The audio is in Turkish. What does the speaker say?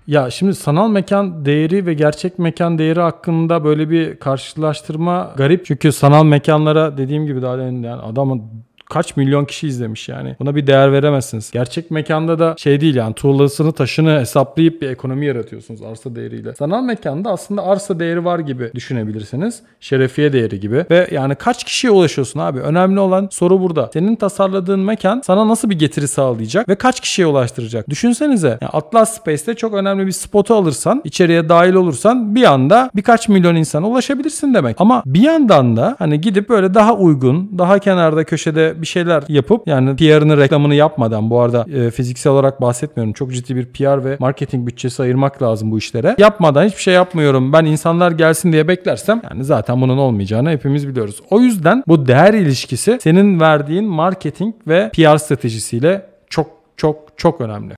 Ya şimdi sanal mekan değeri ve gerçek mekan değeri hakkında böyle bir karşılaştırma garip. Çünkü sanal mekanlara dediğim gibi daha yani adamın kaç milyon kişi izlemiş yani. Buna bir değer veremezsiniz. Gerçek mekanda da şey değil yani, tuğlasını taşını hesaplayıp bir ekonomi yaratıyorsunuz arsa değeriyle. Sanal mekanda aslında arsa değeri var gibi düşünebilirsiniz. Şerefiye değeri gibi. Ve yani kaç kişiye ulaşıyorsun abi? Önemli olan soru burada. Senin tasarladığın mekan sana nasıl bir getiri sağlayacak ve kaç kişiye ulaştıracak? Düşünsenize. Yani Atlas Space'te çok önemli bir spotu alırsan, içeriye dahil olursan bir anda birkaç milyon insana ulaşabilirsin demek. Ama bir yandan da hani gidip böyle daha uygun, daha kenarda köşede bir şeyler yapıp, yani PR'ını, reklamını yapmadan, bu arada fiziksel olarak bahsetmiyorum. Çok ciddi bir PR ve marketing bütçesi ayırmak lazım bu işlere. Yapmadan hiçbir şey yapmıyorum, ben insanlar gelsin diye beklersem yani zaten bunun olmayacağını hepimiz biliyoruz. O yüzden bu değer ilişkisi senin verdiğin marketing ve PR stratejisiyle çok çok çok önemli.